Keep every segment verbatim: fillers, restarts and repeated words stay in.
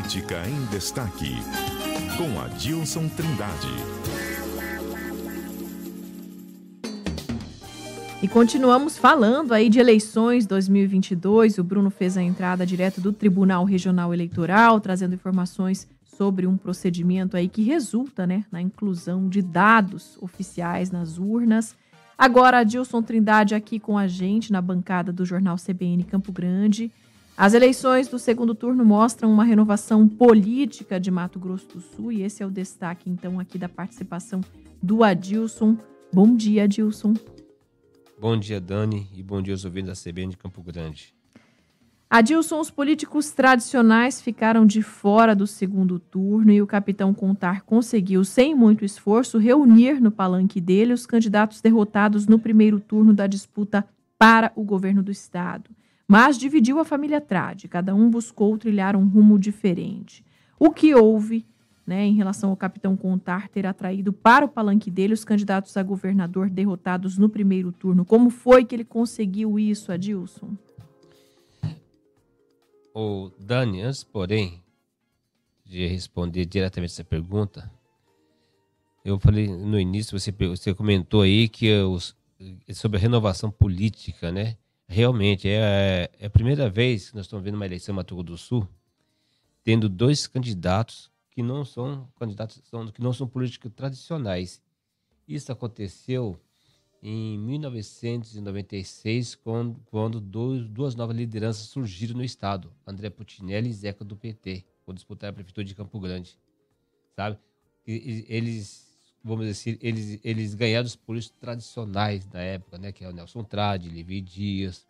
Política em Destaque, com Adilson Trindade. E continuamos falando aí de eleições dois mil e vinte e dois. O Bruno fez a entrada direto do Tribunal Regional Eleitoral, trazendo informações sobre um procedimento aí que resulta, né, na inclusão de dados oficiais nas urnas. Agora, Adilson Trindade aqui com a gente na bancada do jornal C B N Campo Grande. As eleições do segundo turno mostram uma renovação política de Mato Grosso do Sul e esse é o destaque, então, aqui da participação do Adilson. Bom dia, Adilson. Bom dia, Dani, e bom dia aos ouvintes da C B N de Campo Grande. Adilson, os políticos tradicionais ficaram de fora do segundo turno e o capitão Contar conseguiu, sem muito esforço, reunir no palanque dele os candidatos derrotados no primeiro turno da disputa para o governo do estado. Mas dividiu a família Trade, cada um buscou trilhar um rumo diferente. O que houve, né, em relação ao capitão Contar ter atraído para o palanque dele os candidatos a governador derrotados no primeiro turno? Como foi que ele conseguiu isso, Adilson? Ô, Dani, antes, porém, de responder diretamente essa pergunta, eu falei no início, você, você comentou aí que os, sobre a renovação política, né? Realmente, é, é a primeira vez que nós estamos vendo uma eleição em Mato Grosso do Sul, tendo dois candidatos que não são candidatos, que não são políticos tradicionais. Isso aconteceu em mil novecentos e noventa e seis, quando, quando dois, duas novas lideranças surgiram no estado, André Putinelli e Zeca do P T, quando disputaram a prefeitura de Campo Grande, sabe? E, eles, vamos dizer, eles, eles ganharam os políticos tradicionais da época, né? Que é o Nelson Trade, Levi Dias,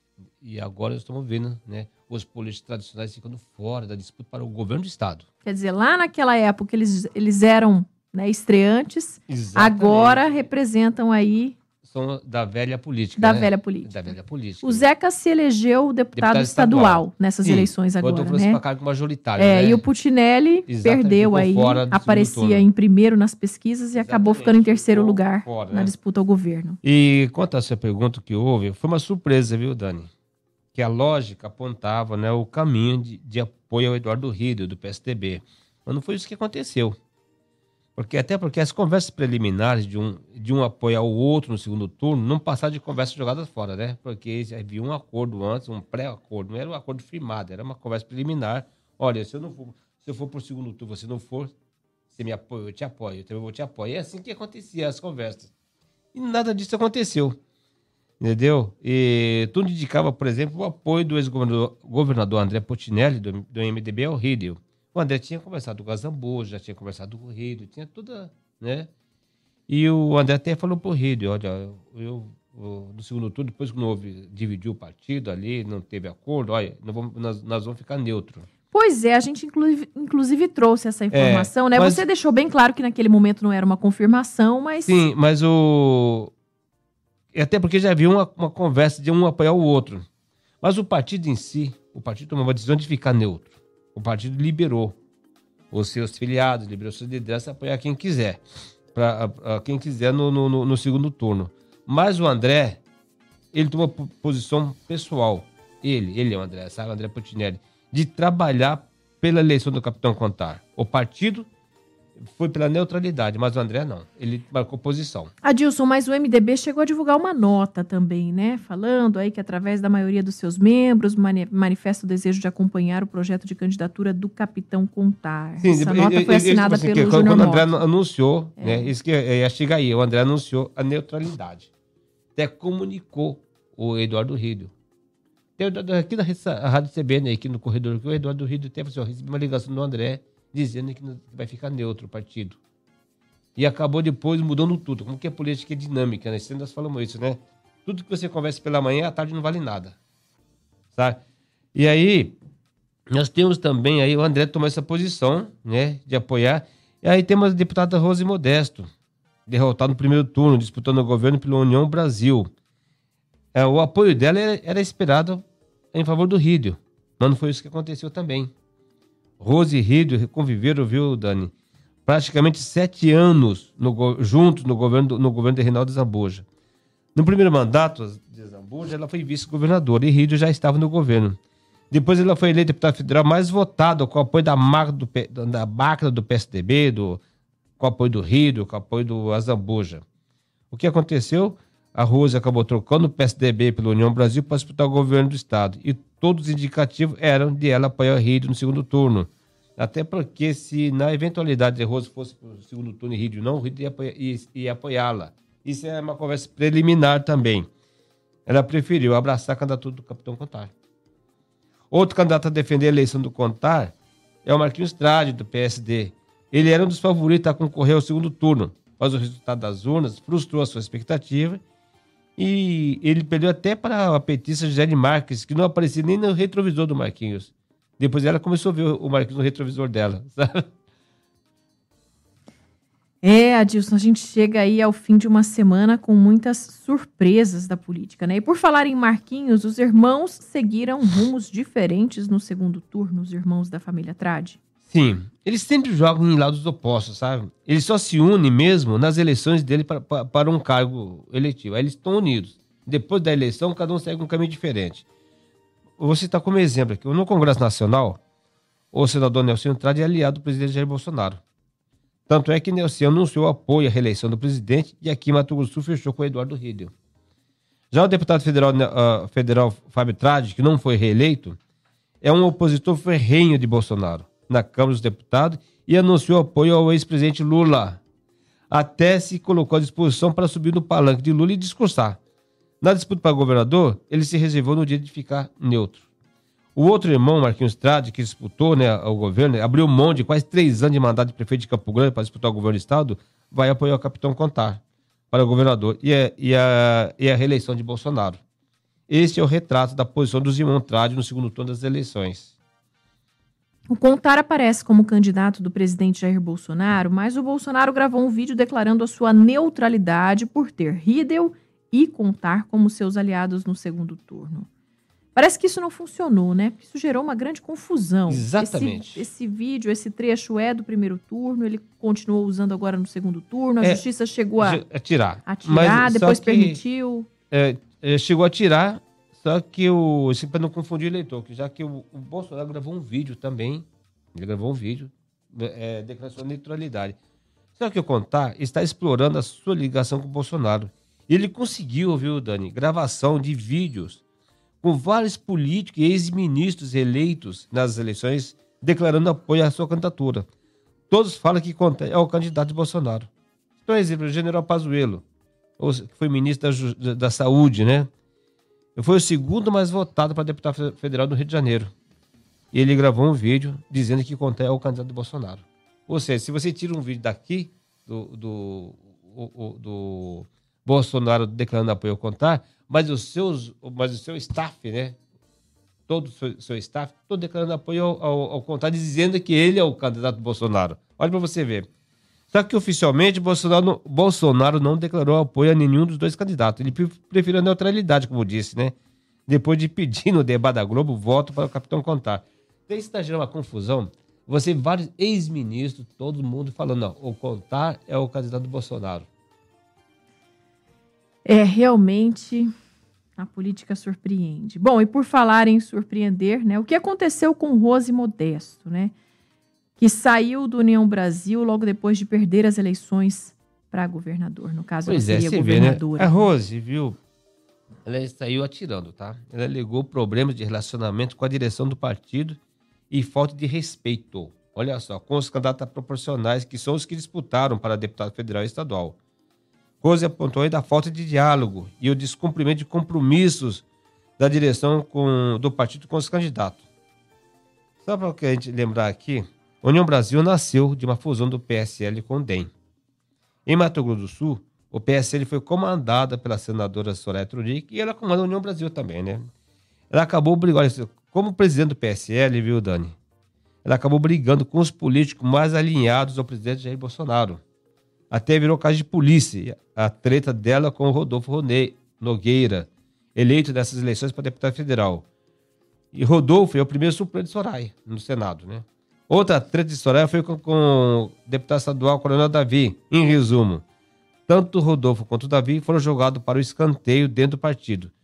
e agora estamos vendo, né, os políticos tradicionais ficando fora da disputa para o governo do estado. Quer dizer, lá naquela época eles, eles eram, né, estreantes, exatamente, agora representam aí... São da velha política, Da né? velha política. Da velha política. O Zeca se elegeu deputado, deputado estadual, estadual nessas Sim, eleições agora, né? Quando foi cargo majoritário, é, né? E o Putinelli Exatamente, perdeu aí, aparecia em primeiro nas pesquisas e Exatamente, acabou ficando em terceiro lugar fora, na né? disputa ao governo. E quanto à sua pergunta que houve, foi uma surpresa, viu, Dani? Que a lógica apontava, né, o caminho de, de apoio ao Eduardo Riedel, do P S D B. Mas não foi isso que aconteceu. Porque, até porque as conversas preliminares de um, de um apoio ao outro no segundo turno não passaram de conversas jogadas fora, né? Porque havia um acordo antes, um pré-acordo, não era um acordo firmado, era uma conversa preliminar. Olha, se eu não for, se eu for para o segundo turno, você não for, você me apoia, eu te apoio, eu também vou te apoiar. É assim que acontecia as conversas. E nada disso aconteceu. Entendeu? E tudo indicava, por exemplo, o apoio do ex-governador governador André Putinelli, do, do M D B, ao Riedel. O André tinha conversado com o Zambuja, já tinha conversado com o Riedel, tinha toda, né? E o André até falou pro Riedel, olha, eu, eu, eu no segundo turno, depois que não houve, dividiu o partido ali, não teve acordo, olha, nós vamos, nós, nós vamos ficar neutro. Pois é, a gente inclusive, inclusive trouxe essa informação, é, né? Mas... Você deixou bem claro que naquele momento não era uma confirmação, mas... Sim, mas o... Até porque já havia uma, uma conversa de um apoiar o outro. Mas o partido em si, o partido tomou uma decisão de ficar neutro. O partido liberou os seus filiados, liberou suas lideranças a apoiar quem quiser, para quem quiser no, no, no segundo turno. Mas o André, ele tomou posição pessoal, ele, ele é o André, sabe, o André Putinelli, de trabalhar pela eleição do capitão Contar. O partido foi pela neutralidade, mas o André não. Ele marcou posição. Adilson, mas o M D B chegou a divulgar uma nota também, né? Falando aí que através da maioria dos seus membros mani- manifesta o desejo de acompanhar o projeto de candidatura do capitão Contar. Sim, Essa nota foi assinada assim, pelo que, Júnior Quando o André Mota. anunciou, é. né? Isso que ia chegar aí, o André anunciou a neutralidade. Até comunicou o Eduardo Riedel. Tem aqui na Rádio C B N, aqui no corredor, que o Eduardo Riedel teve, assim, recebi uma ligação do André dizendo que vai ficar neutro o partido. E acabou depois mudando tudo. Como que a política é dinâmica, né? Sempre nós falamos isso, né? Tudo que você conversa pela manhã, à tarde não vale nada. Sabe? E aí, nós temos também aí, o André tomou essa posição, né? De apoiar. E aí temos a deputada Rose Modesto, derrotada no primeiro turno, disputando o governo pela União Brasil. É, o apoio dela era, era esperado em favor do Riedel. Mas não foi isso que aconteceu também. Rose e Riedel conviveram, viu, Dani? Praticamente sete anos no, juntos no governo, no governo de Reinaldo Zambuja. No primeiro mandato de Zambuja, ela foi vice-governadora e Riedel já estava no governo. Depois ela foi eleita deputada federal mais votada, com o apoio da máquina do, P- da máquina do P S D B, do, com o apoio do Rio, com o apoio do Azambuja. O que aconteceu? A Rose acabou trocando o P S D B pela União Brasil para disputar o governo do estado. E todos os indicativos eram de ela apoiar o Rio no segundo turno. Até porque se na eventualidade de a Rose fosse para o segundo turno e Rio não, o Rio ia, apoiar, ia, ia apoiá-la. Isso é uma conversa preliminar também. Ela preferiu abraçar a candidatura do Capitão Contar. Outro candidato a defender a eleição do Contar é o Marquinhos Trade, do P S D. Ele era um dos favoritos a concorrer ao segundo turno, mas o resultado das urnas frustrou a sua expectativa e ele perdeu até para a petista Gisele Marques, que não aparecia nem no retrovisor do Marquinhos. Depois ela começou a ver o Marquinhos no retrovisor dela, sabe? É, Adilson, a gente chega aí ao fim de uma semana com muitas surpresas da política, né? E por falar em Marquinhos, os irmãos seguiram rumos diferentes no segundo turno, os irmãos da família Trade. Sim, eles sempre jogam em lados opostos, sabe? Eles só se unem mesmo nas eleições dele para, para, para um cargo eletivo. Aí eles estão unidos. Depois da eleição, cada um segue um caminho diferente. Vou citar como exemplo aqui. No Congresso Nacional, o senador Nelson Trade é aliado do presidente Jair Bolsonaro. Tanto é que Nelson anunciou apoio à reeleição do presidente e aqui em Mato Grosso do Sul fechou com o Eduardo Riedel. Já o deputado federal, uh, federal Fábio Trade, que não foi reeleito, é um opositor ferrenho de Bolsonaro na Câmara dos Deputados e anunciou apoio ao ex-presidente Lula. Até se colocou à disposição para subir no palanque de Lula e discursar. Na disputa para governador, ele se reservou no dia de ficar neutro. O outro irmão, Marquinhos Trade, que disputou, né, o governo, abriu mão de quase três anos de mandato de prefeito de Campo Grande para disputar o governo do estado, vai apoiar o capitão Contar para o governador e a, e, a, e a reeleição de Bolsonaro. Este é o retrato da posição dos irmãos Trade no segundo turno das eleições. O Contar aparece como candidato do presidente Jair Bolsonaro, mas o Bolsonaro gravou um vídeo declarando a sua neutralidade por ter Riedel e Contar como seus aliados no segundo turno. Parece que isso não funcionou, né? Isso gerou uma grande confusão. Exatamente. Esse, esse vídeo, esse trecho é do primeiro turno, ele continuou usando agora no segundo turno, a é, justiça chegou a, a tirar, a tirar depois que, permitiu. É, é, chegou a tirar, só que o, assim, para não confundir o eleitor, que já que o, o Bolsonaro gravou um vídeo também, ele gravou um vídeo, é, declarou sua neutralidade. Só que o Contar está explorando a sua ligação com o Bolsonaro. Ele conseguiu, viu, Dani, gravação de vídeos com vários políticos e ex-ministros eleitos nas eleições declarando apoio à sua candidatura. Todos falam que é o candidato de Bolsonaro. Por exemplo, o general Pazuello, que foi ministro da, da Saúde, né? Foi o segundo mais votado para deputado federal do Rio de Janeiro. E ele gravou um vídeo dizendo que é o candidato de Bolsonaro. Ou seja, se você tira um vídeo daqui do, do, do, do Bolsonaro declarando apoio ao Contar, mas, os seus, mas o seu staff, né? Todo o seu, seu staff, todo declarando apoio ao, ao, ao Contar, dizendo que ele é o candidato do Bolsonaro. Olha para você ver. Só que oficialmente Bolsonaro, Bolsonaro não declarou apoio a nenhum dos dois candidatos. Ele preferiu a neutralidade, como disse, né? Depois de pedir no debate da Globo voto para o capitão Contar. Então isso está gerando uma confusão. Você vê vários ex-ministros, todo mundo falando, não, o Contar é o candidato do Bolsonaro. É, realmente, a política surpreende. Bom, e por falar em surpreender, né? O que aconteceu com Rose Modesto, né? Que saiu do União Brasil logo depois de perder as eleições para governador. No caso, pois ela é, seria você governadora. Vê, né? A Rose, viu? Ela saiu atirando, tá? Ela alegou problemas de relacionamento com a direção do partido e falta de respeito. Olha só, com os candidatos proporcionais, que são os que disputaram para deputado federal e estadual. Rose apontou ainda a falta de diálogo e o descumprimento de compromissos da direção com, do partido com os candidatos. Só para que a gente lembrar aqui, a União Brasil nasceu de uma fusão do P S L com o D E M. Em Mato Grosso do Sul, o P S L foi comandada pela senadora Soraya Tronic e ela comanda a União Brasil também, né? Ela acabou brigando, como presidente do P S L, viu, Dani? Ela acabou brigando com os políticos mais alinhados ao presidente Jair Bolsonaro. Até virou caso de polícia, a treta dela com o Rodolfo Ronei Nogueira, eleito nessas eleições para deputado federal. E Rodolfo é o primeiro suplente de Soraya no Senado, né? Outra treta de Soraya foi com, com o deputado estadual Coronel Davi. Em resumo, tanto o Rodolfo quanto o Davi foram jogados para o escanteio dentro do partido.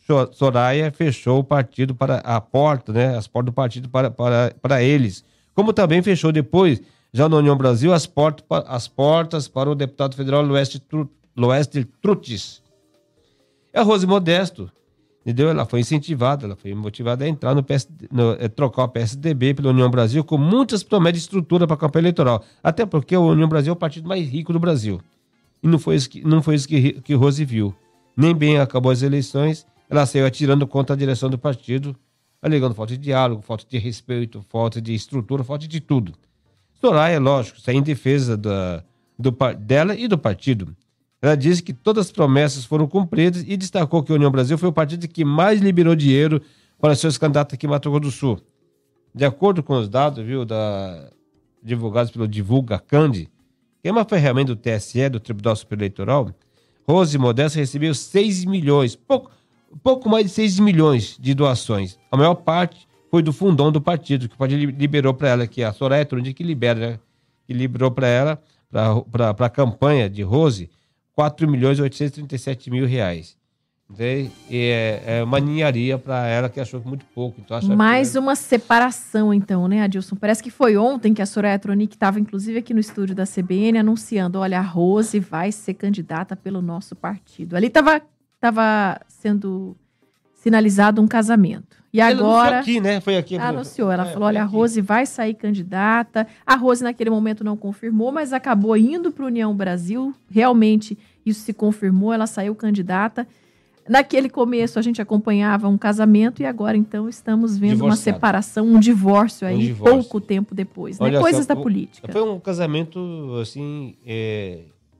Soraya fechou o partido para a porta, né? As portas do partido para, para, para eles. Como também fechou depois, já na União Brasil, as, porta, as portas para o deputado federal Loeste Trutes. A Rose Modesto, entendeu? Ela foi incentivada, ela foi motivada a entrar no, P S, no é, trocar o P S D B pela União Brasil com muitas promessas de estrutura para a campanha eleitoral. Até porque a União Brasil é o partido mais rico do Brasil. E não foi isso que, não foi isso que, que Rose viu. Nem bem acabou as eleições, ela saiu atirando contra a direção do partido, alegando falta de diálogo, falta de respeito, falta de estrutura, falta de tudo. Soraya, lógico, saiu em defesa da, do, dela e do partido. Ela disse que todas as promessas foram cumpridas e destacou que a União Brasil foi o partido que mais liberou dinheiro para seus candidatos aqui em Mato Grosso do Sul. De acordo com os dados, viu, da, divulgados pelo Divulga Candi, que é uma ferramenta do T S E, do Tribunal Superior Eleitoral, Rose Modesto recebeu seis milhões, pouco, pouco mais de seis milhões de doações. A maior parte foi do fundão do partido, que o partido liberou para ela, que é a Soraya Trutes, que libera, né? Que liberou para ela, para a campanha de Rose, quatro milhões oitocentos e trinta e sete mil reais. E é, é uma ninharia para ela, que achou que muito pouco. Então Mais que... uma separação, então, né, Adilson? Parece que foi ontem que a Soraya Tronic estava, inclusive, aqui no estúdio da C B N, anunciando, olha, a Rose vai ser candidata pelo nosso partido. Ali estava tava sendo sinalizado um casamento. E ela agora... aqui, né? Foi aqui. Anunciou. Ela é, falou, olha, a Rose vai sair candidata. A Rose, naquele momento, não confirmou, mas acabou indo para a União Brasil. Realmente, isso se confirmou. Ela saiu candidata. Naquele começo, a gente acompanhava um casamento e agora, então, estamos vendo Divorciado. Uma separação, um divórcio aí, um divórcio. Pouco tempo depois. Né? Coisas só, da política. Foi um casamento, assim, é...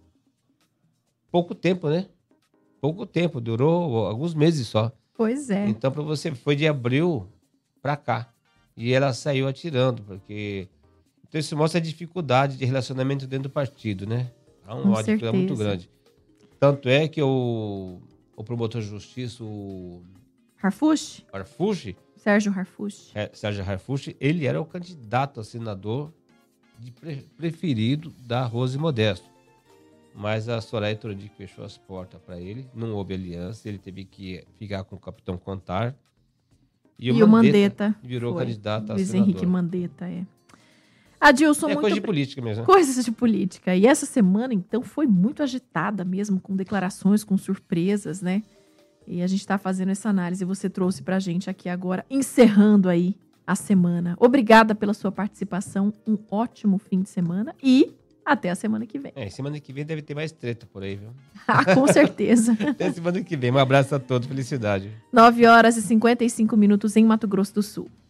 pouco tempo, né? Pouco tempo, durou alguns meses só. Pois é. Então, para você, foi de abril para cá. E ela saiu atirando, porque... Então, isso mostra a dificuldade de relacionamento dentro do partido, né? Há um ódio muito grande. Tanto é que o... o promotor de justiça, o... Harfuch? Harfuch? Sérgio Harfuch. É, Sérgio Harfuch, ele era o candidato a senador de pre- preferido da Rose Modesto. Mas a Soraya Tronic fechou as portas para ele, não houve aliança, ele teve que ficar com o capitão Contar. E, e o Mandetta virou foi. candidato a Luiz senador. Henrique Mandetta, é. Adilson, é muito... coisa de política mesmo. Né? Coisas de política. E essa semana, então, foi muito agitada mesmo, com declarações, com surpresas, né? E a gente está fazendo essa análise e você trouxe pra gente aqui agora, encerrando aí a semana. Obrigada pela sua participação, um ótimo fim de semana e até a semana que vem. É, semana que vem deve ter mais treta por aí, viu? Ah, com certeza. Até semana que vem. Um abraço a todos, felicidade. nove horas e cinquenta e cinco minutos em Mato Grosso do Sul.